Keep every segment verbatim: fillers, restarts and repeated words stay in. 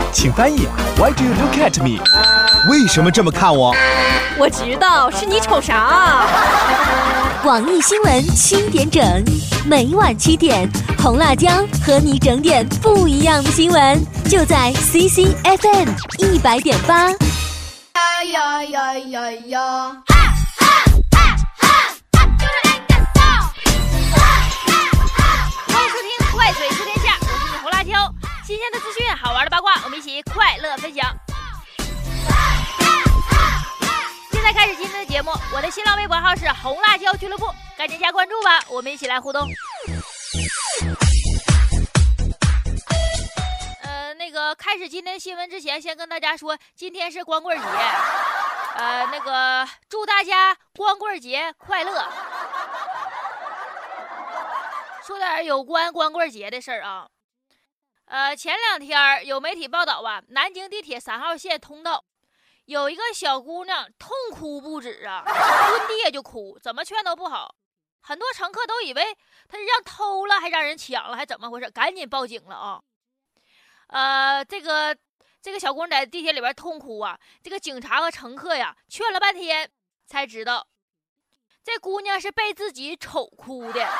请翻译 Why do you look at me？ 为什么这么看我？ 我知道是你瞅啥。 广义新闻七点整，每晚七点，红辣椒和你整点不一样的新闻，就在 C C F M 一百点八。 呀呀呀呀呀！ 欢迎收听《快嘴说天下》，我是你红辣椒，新鲜的资讯，好玩的八卦，我们一起快乐分享。现在开始今天的节目，我的新浪微博号是红辣椒俱乐部，赶紧加关注吧，我们一起来互动。呃，那个开始今天的新闻之前，先跟大家说，今天是光棍节，呃，那个祝大家光棍节快乐。说点有关光棍节的事儿啊。呃，前两天有媒体报道啊，南京地铁三号线通道有一个小姑娘痛哭不止啊，蹲地下就哭，怎么劝都不好。很多乘客都以为她是让偷了，还让人抢了，还怎么回事？赶紧报警了啊！呃，这个这个小姑娘在地铁里边痛哭啊，这个警察和乘客呀劝了半天，才知道这姑娘是被自己丑哭的。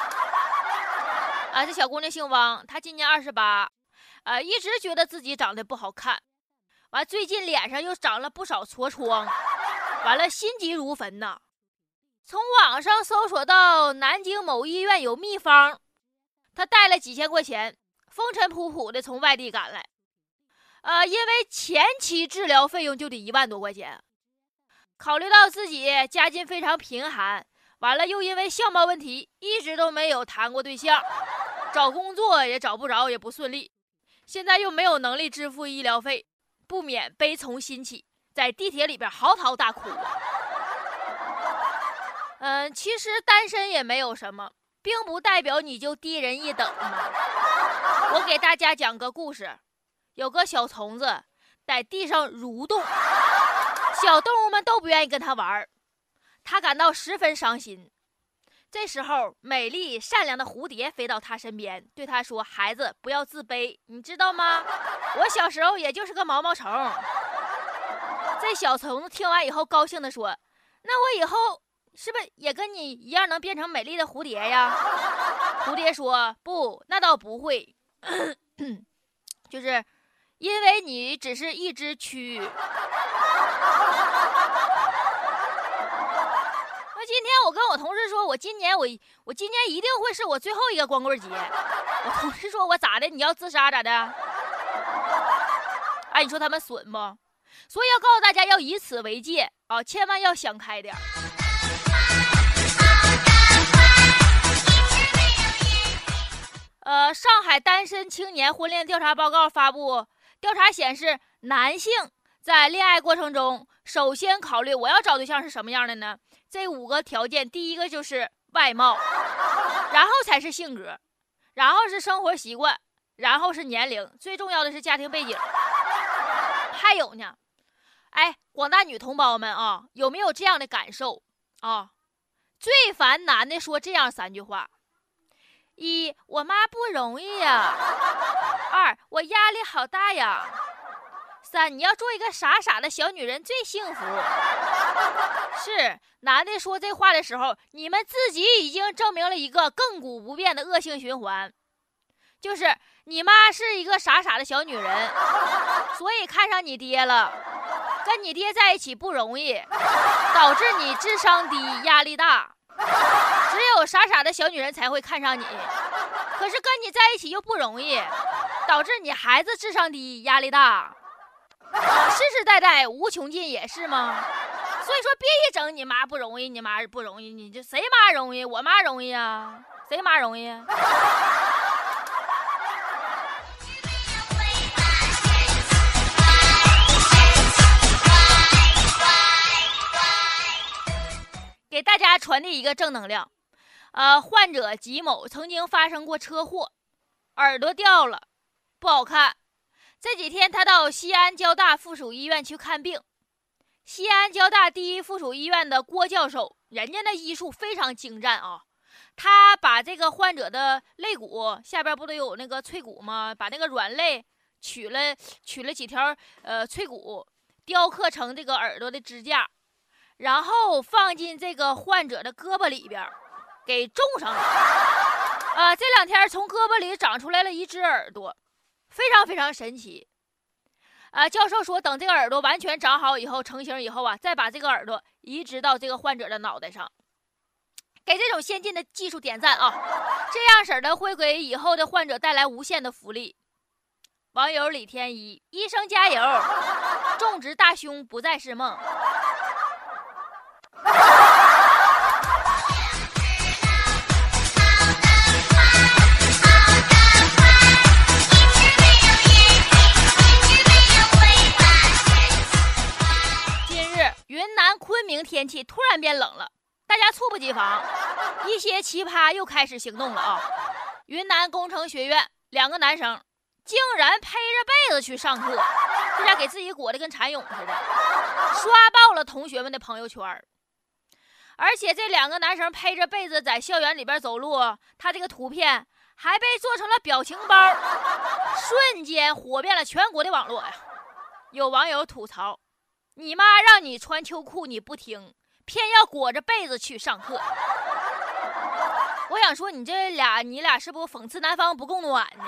啊，这小姑娘姓汪，她今年二十八，啊，一直觉得自己长得不好看，完最近脸上又长了不少痤疮，完了心急如焚呐。从网上搜索到南京某医院有秘方，她带了几千块钱，风尘仆仆的从外地赶来，呃，因为前期治疗费用就得一万多块钱，考虑到自己家境非常贫寒，完了又因为相貌问题一直都没有谈过对象，找工作也找不着，也不顺利，现在又没有能力支付医疗费，不免悲从心起，在地铁里边嚎啕大哭。嗯，其实单身也没有什么，并不代表你就低人一等嘛。我给大家讲个故事，有个小虫子在地上蠕动，小动物们都不愿意跟它玩，它感到十分伤心。这时候美丽善良的蝴蝶飞到他身边，对他说，孩子不要自卑，你知道吗？我小时候也就是个毛毛虫。这小虫子听完以后高兴地说，那我以后是不是也跟你一样能变成美丽的蝴蝶呀？蝴蝶说，不，那倒不会，就是因为你只是一只蛆。今天我跟我同事说，我今年我我今年一定会是我最后一个光棍节。我同事说，我咋的？你要自杀咋的？哎，你说他们损不？所以要告诉大家，要以此为戒啊，千万要想开点。呃，上海单身青年婚恋调查报告发布，调查显示，男性在恋爱过程中，首先考虑我要找对象是什么样的呢？这五个条件，第一个就是外貌，然后才是性格，然后是生活习惯，然后是年龄，最重要的是家庭背景。还有呢，哎，广大女同胞们啊，有没有这样的感受啊？最烦男的说这样三句话：一，我妈不容易呀；二，我压力好大呀；三，你要做一个傻傻的小女人最幸福。是，男的说这话的时候，你们自己已经证明了一个亘古不变的恶性循环，就是你妈是一个傻傻的小女人，所以看上你爹了，跟你爹在一起不容易，导致你智商低，压力大。只有傻傻的小女人才会看上你，可是跟你在一起又不容易，导致你孩子智商低，压力大。世世代代无穷尽也是吗？所以说别一整你妈不容易，你妈不容易，你就谁妈容易？我妈容易啊，谁妈容易？给大家传递一个正能量。呃，患者吉某曾经发生过车祸，耳朵掉了，不好看。这几天他到西安交大附属医院去看病。西安交大第一附属医院的郭教授，人家的医术非常精湛啊。他把这个患者的肋骨下边不都有那个脆骨吗？把那个软肋取了取了几条呃脆骨，雕刻成这个耳朵的支架，然后放进这个患者的胳膊里边，给种上了。啊、呃，这两天从胳膊里长出来了一只耳朵，非常非常神奇。啊、呃，教授说，等这个耳朵完全长好以后，成型以后啊，再把这个耳朵移植到这个患者的脑袋上。给这种先进的技术点赞啊！这样式的会给以后的患者带来无限的福利。网友李天一，医生加油，种植大胸不再是梦。近日，云南昆明天气突然变冷了。大家猝不及防，一些奇葩又开始行动了啊！云南工程学院两个男生竟然披着被子去上课，这家给自己裹得跟蚕蛹似的，刷爆了同学们的朋友圈。而且这两个男生披着被子在校园里边走路，他这个图片还被做成了表情包，瞬间火遍了全国的网络呀！有网友吐槽：“你妈让你穿秋裤你不听，偏要裹着被子去上课。”我想说，你这俩，你俩是不是讽刺南方不供暖呢？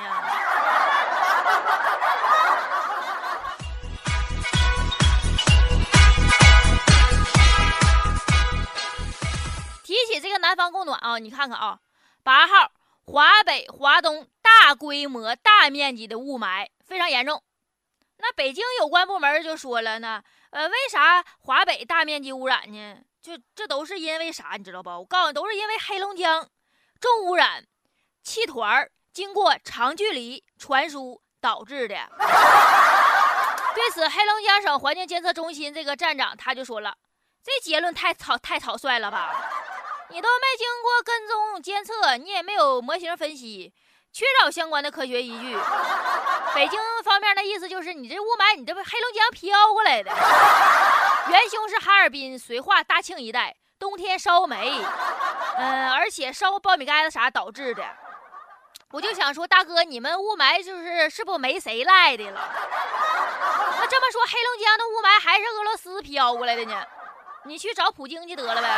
提起这个南方供暖啊，你看看啊，八号华北、华东大规模、大面积的雾霾非常严重。那北京有关部门就说了呢，呃，为啥华北大面积污染呢？就这都是因为啥，你知道不？我告诉你，都是因为黑龙江重污染气团经过长距离传输导致的。对此，黑龙江省环境监测中心这个站长他就说了，这结论太草太草率了吧？你都没经过跟踪监测，你也没有模型分析，缺少相关的科学依据。北京方面的意思就是你这雾霾你这不黑龙江飘过来的，元凶是哈尔滨、绥化、大庆一带冬天烧煤，嗯、呃，而且烧苞米盖子啥导致的。我就想说，大哥，你们雾霾就是是不是没谁赖的了？那这么说，黑龙江的雾霾还是俄罗斯飘过来的呢？你去找普京去得了呗。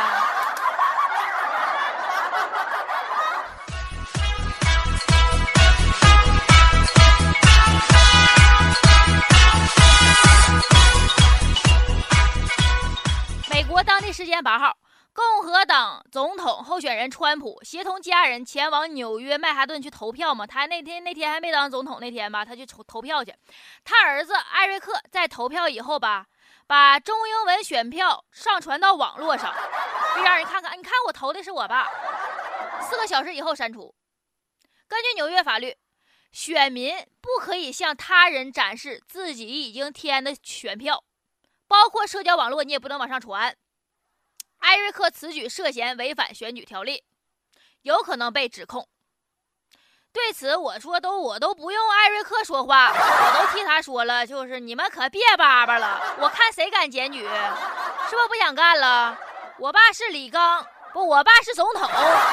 美国当地时间八号，共和党总统候选人川普协同家人前往纽约曼哈顿去投票嘛。他那天那天还没当总统那天吧，他去投投票去。他儿子艾瑞克在投票以后吧，把中英文选票上传到网络上，就让人看看，你看我投的是我爸。四个小时以后删除。根据纽约法律，选民不可以向他人展示自己已经填的选票，包括社交网络你也不能往上传。艾瑞克此举涉嫌违反选举条例，有可能被指控。对此我说都我都不用艾瑞克说话，我都替他说了，就是你们可别叭叭了，我看谁敢检举，是不是不想干了？我爸是李刚，不，我爸是总统。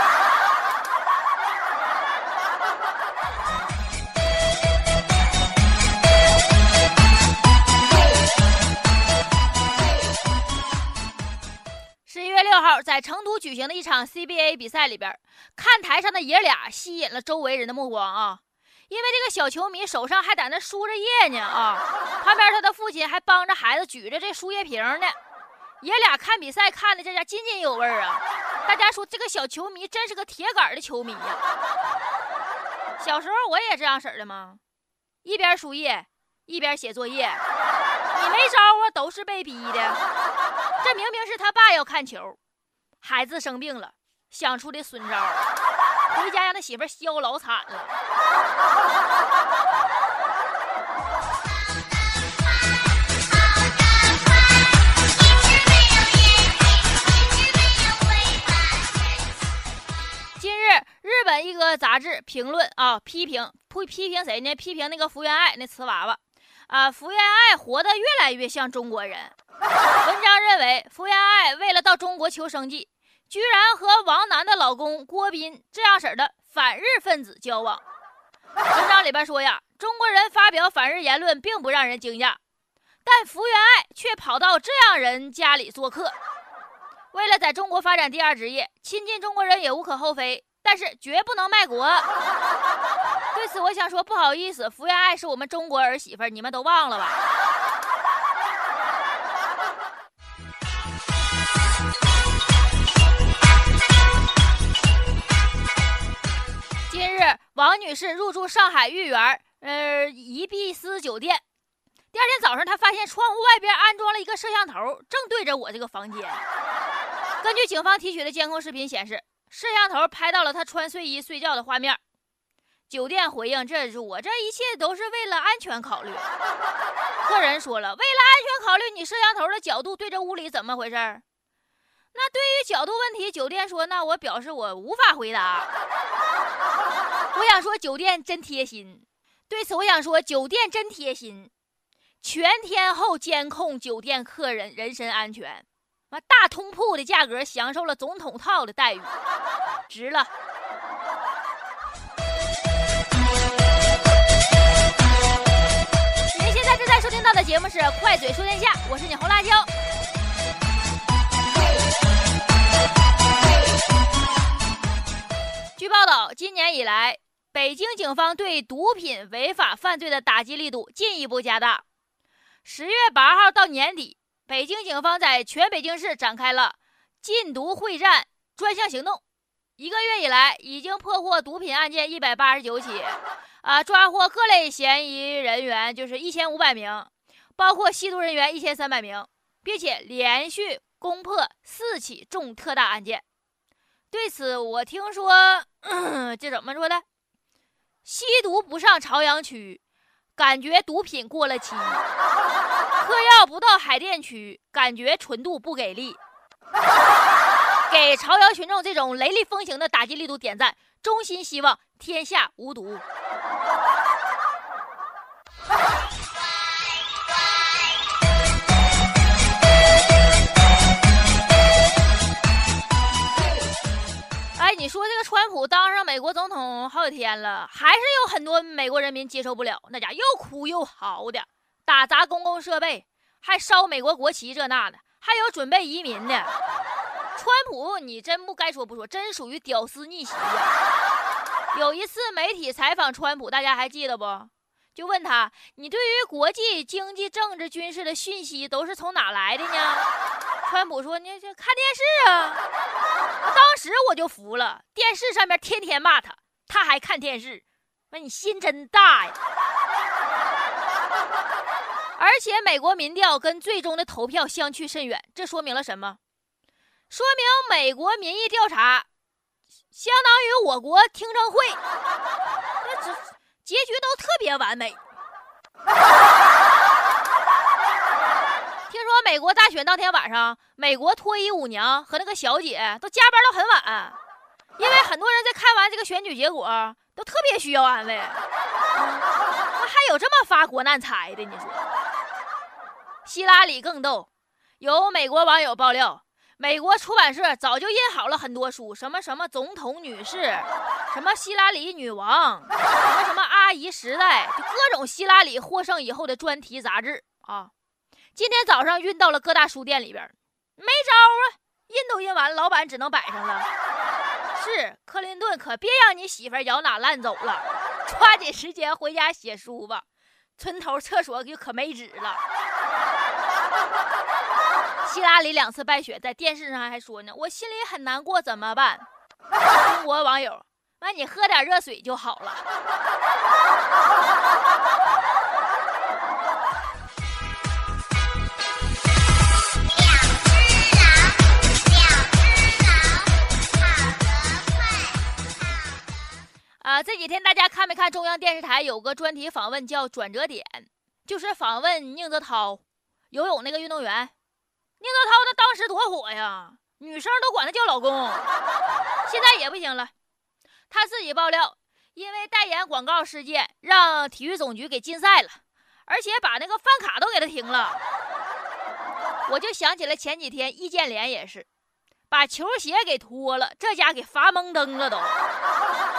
十一月六号，在成都举行的一场 C B A 比赛里边，看台上的爷俩吸引了周围人的目光啊！因为这个小球迷手上还在那输着液呢啊，旁边他的父亲还帮着孩子举着这输液瓶呢。爷俩看比赛看的这家津津有味啊！大家说这个小球迷真是个铁杆的球迷呀！小时候我也这样式儿的吗？一边输液一边写作业，你没招啊，都是被逼的。这明明是他爸要看球，孩子生病了，想出的损招，回家让他媳妇削老惨了。今日，日本一个杂志评论啊，批评批批评谁呢？批评那个福原爱那瓷娃娃。啊，福原爱活得越来越像中国人。文章认为，福原爱为了到中国求生计，居然和王楠的老公郭斌这样式的反日分子交往。 文章里边说呀，中国人发表反日言论并不让人惊讶，但福原爱却跑到这样人家里做客。为了在中国发展第二职业，亲近中国人也无可厚非，但是绝不能卖国。对此我想说，不好意思，福原爱是我们中国儿媳妇，你们都忘了吧？今日王女士入住上海豫园呃宜碧斯酒店，第二天早上她发现窗户外边安装了一个摄像头，正对着我这个房间。根据警方提取的监控视频显示，摄像头拍到了她穿睡衣睡觉的画面。酒店回应，这是我这一切都是为了安全考虑。客人说了，为了安全考虑，你摄像头的角度对着屋里怎么回事？那对于角度问题，酒店说，那我表示我无法回答。我想说，酒店真贴心。对此我想说，酒店真贴心，全天候监控酒店客人人身安全，大通铺的价格享受了总统套的待遇，值了。您现在正在收听到的节目是《快嘴说天下》，我是你红辣椒。据报道，今年以来，北京警方对毒品违法犯罪的打击力度进一步加大。十月八号到年底，北京警方在全北京市展开了禁毒会战专项行动，一个月以来已经破获毒品案件一百八十九起，啊，抓获各类嫌疑人员就是一千五百名，包括吸毒人员一千三百名，并且连续攻破四起重特大案件。对此，我听说，嗯、这怎么说的？吸毒不上朝阳区，感觉毒品过了期；嗑药不到海淀区，感觉纯度不给力。给朝阳群众这种雷厉风行的打击力度点赞，衷心希望天下无毒。哎，你说这个川普当上美国总统好几天了，还是有很多美国人民接受不了，那家又哭又嚎的，打砸公共设备，还烧美国国旗这那的，还有准备移民的。川普你真不该说不说，真属于屌丝逆袭呀！有一次媒体采访川普，大家还记得不？就问他，你对于国际经济政治军事的讯息都是从哪来的呢？川普说，你这看电视啊。当时我就服了，电视上面天天骂他，他还看电视，那你心真大呀！而且美国民调跟最终的投票相去甚远，这说明了什么？说明美国民意调查相当于我国听证会，这结局都特别完美。听说美国大选当天晚上，美国脱衣舞娘和那个小姐都加班到很晚，因为很多人在看完这个选举结果都特别需要安慰。那还有这么发国难财的？你说希拉里更逗，有美国网友爆料，美国出版社早就印好了很多书，什么什么总统女士，什么希拉里女王，什么什么阿姨时代，就各种希拉里获胜以后的专题杂志啊。今天早上运到了各大书店里边，没招啊，印都印完，老板只能摆上了。是克林顿可别让你媳妇咬哪烂走了，抓紧时间回家写书吧，村头厕所就可没纸了。希拉里两次败选，在电视上还说呢，我心里很难过，怎么办？中国网友，那你喝点热水就好了。啊，这几天大家看没看中央电视台有个专题访问叫转折点，就是访问宁泽涛，游泳那个运动员。宁泽涛他当时多火呀，女生都管他叫老公，现在也不行了。他自己爆料，因为代言广告事件让体育总局给禁赛了，而且把那个饭卡都给他停了。我就想起了前几天易建联也是把球鞋给脱了，这家给罚蒙登了都。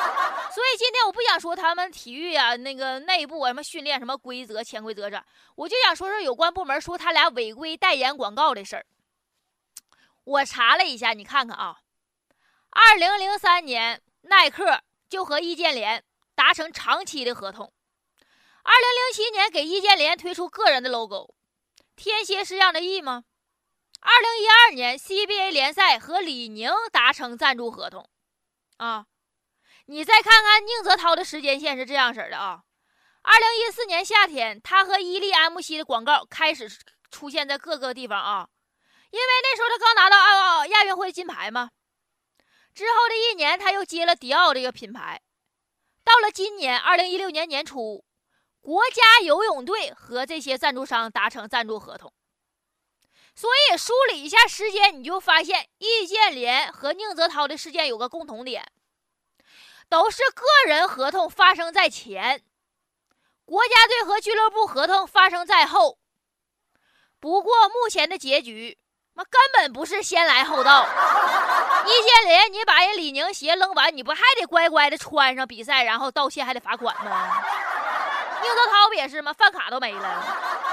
所以今天我不想说他们体育啊那个内部啊什么训练什么规则潜规则这，我就想说说有关部门说他俩违规代言广告的事儿。我查了一下，你看看啊，二零零三年耐克就和易建联达成长期的合同，二零零七年给易建联推出个人的 logo， 天蝎是样的易吗？二零一二年 C B A 联赛和李宁达成赞助合同啊。你再看看宁泽涛的时间线是这样式的啊，二零一四年夏天，他和伊利 M C 的广告开始出现在各个地方啊，因为那时候他刚拿到啊亚运会金牌嘛。之后的一年，他又接了迪奥这个品牌。到了今年二零一六年年初，国家游泳队和这些赞助商达成赞助合同。所以梳理一下时间，你就发现易建联和宁泽涛的事件有个共同点，都是个人合同发生在前，国家队和俱乐部合同发生在后。不过目前的结局根本不是先来后到。易建联，你把人李宁鞋扔完，你不还得乖乖的穿上比赛，然后道歉还得罚款吗？宁泽涛不也是吗？饭卡都没了。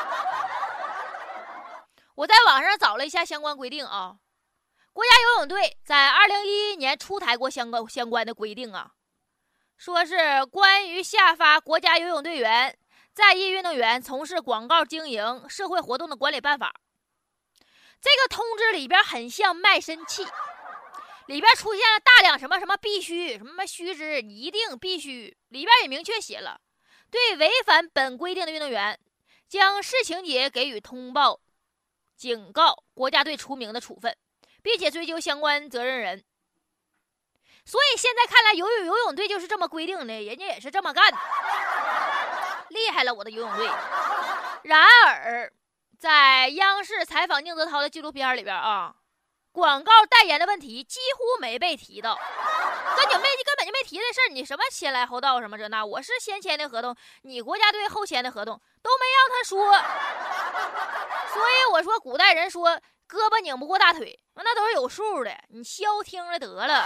我在网上找了一下相关规定啊，国家游泳队在二零一一年出台过相关相关的规定啊，说是关于下发国家游泳队员、在役运动员从事广告经营、社会活动的管理办法。这个通知里边很像卖身契，里边出现了大量什么什么必须、什么须知、一定、必须，里边也明确写了，对违反本规定的运动员，将视情节给予通报、警告、国家队除名的处分，并且追究相关责任人。所以现在看来，游泳游泳队就是这么规定的，人家也是这么干的，厉害了我的游泳队。然而在央视采访宁泽涛的纪录片里边啊，广告代言的问题几乎没被提到，根本没根本就没提这事儿。你什么先来后到什么这那，我是先签的合同，你国家队后签的合同都没让他说。所以我说古代人说胳膊拧不过大腿，那都是有数的，你消停了得了。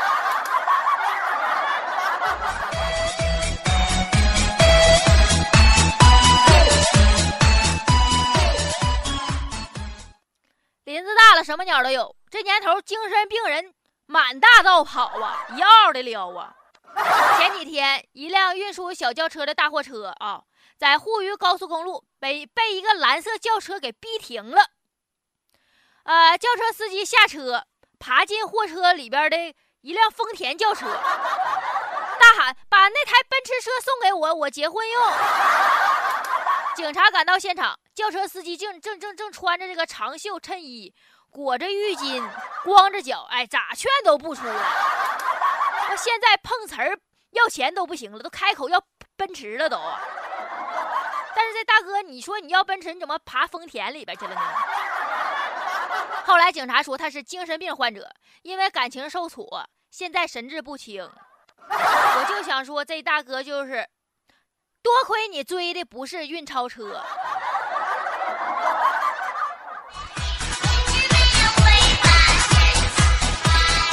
林子大了什么鸟都有，这年头精神病人满大道跑啊，一嗷的撩啊。前几天一辆运输小轿车的大货车啊，在沪渝高速公路被被一个蓝色轿车给逼停了。呃，轿车司机下车，爬进货车里边的一辆丰田轿车，大喊：“把那台奔驰车送给我，我结婚用。”警察赶到现场，轿车司机正正正正穿着这个长袖衬衣，裹着浴巾，光着脚，哎，咋劝都不出来。我现在碰瓷儿要钱都不行了，都开口要奔驰了都。但是这大哥，你说你要奔驰，你怎么爬丰田里边去了呢？后来警察说他是精神病患者，因为感情受挫，现在神志不清。我就想说，这大哥就是多亏你追的不是运钞车。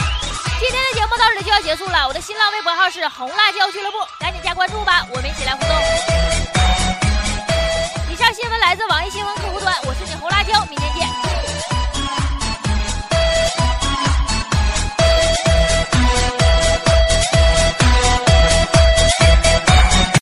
今天的节目到这里就要结束了，我的新浪微博号是红辣椒俱乐部，赶紧加关注吧，我们一起来互动。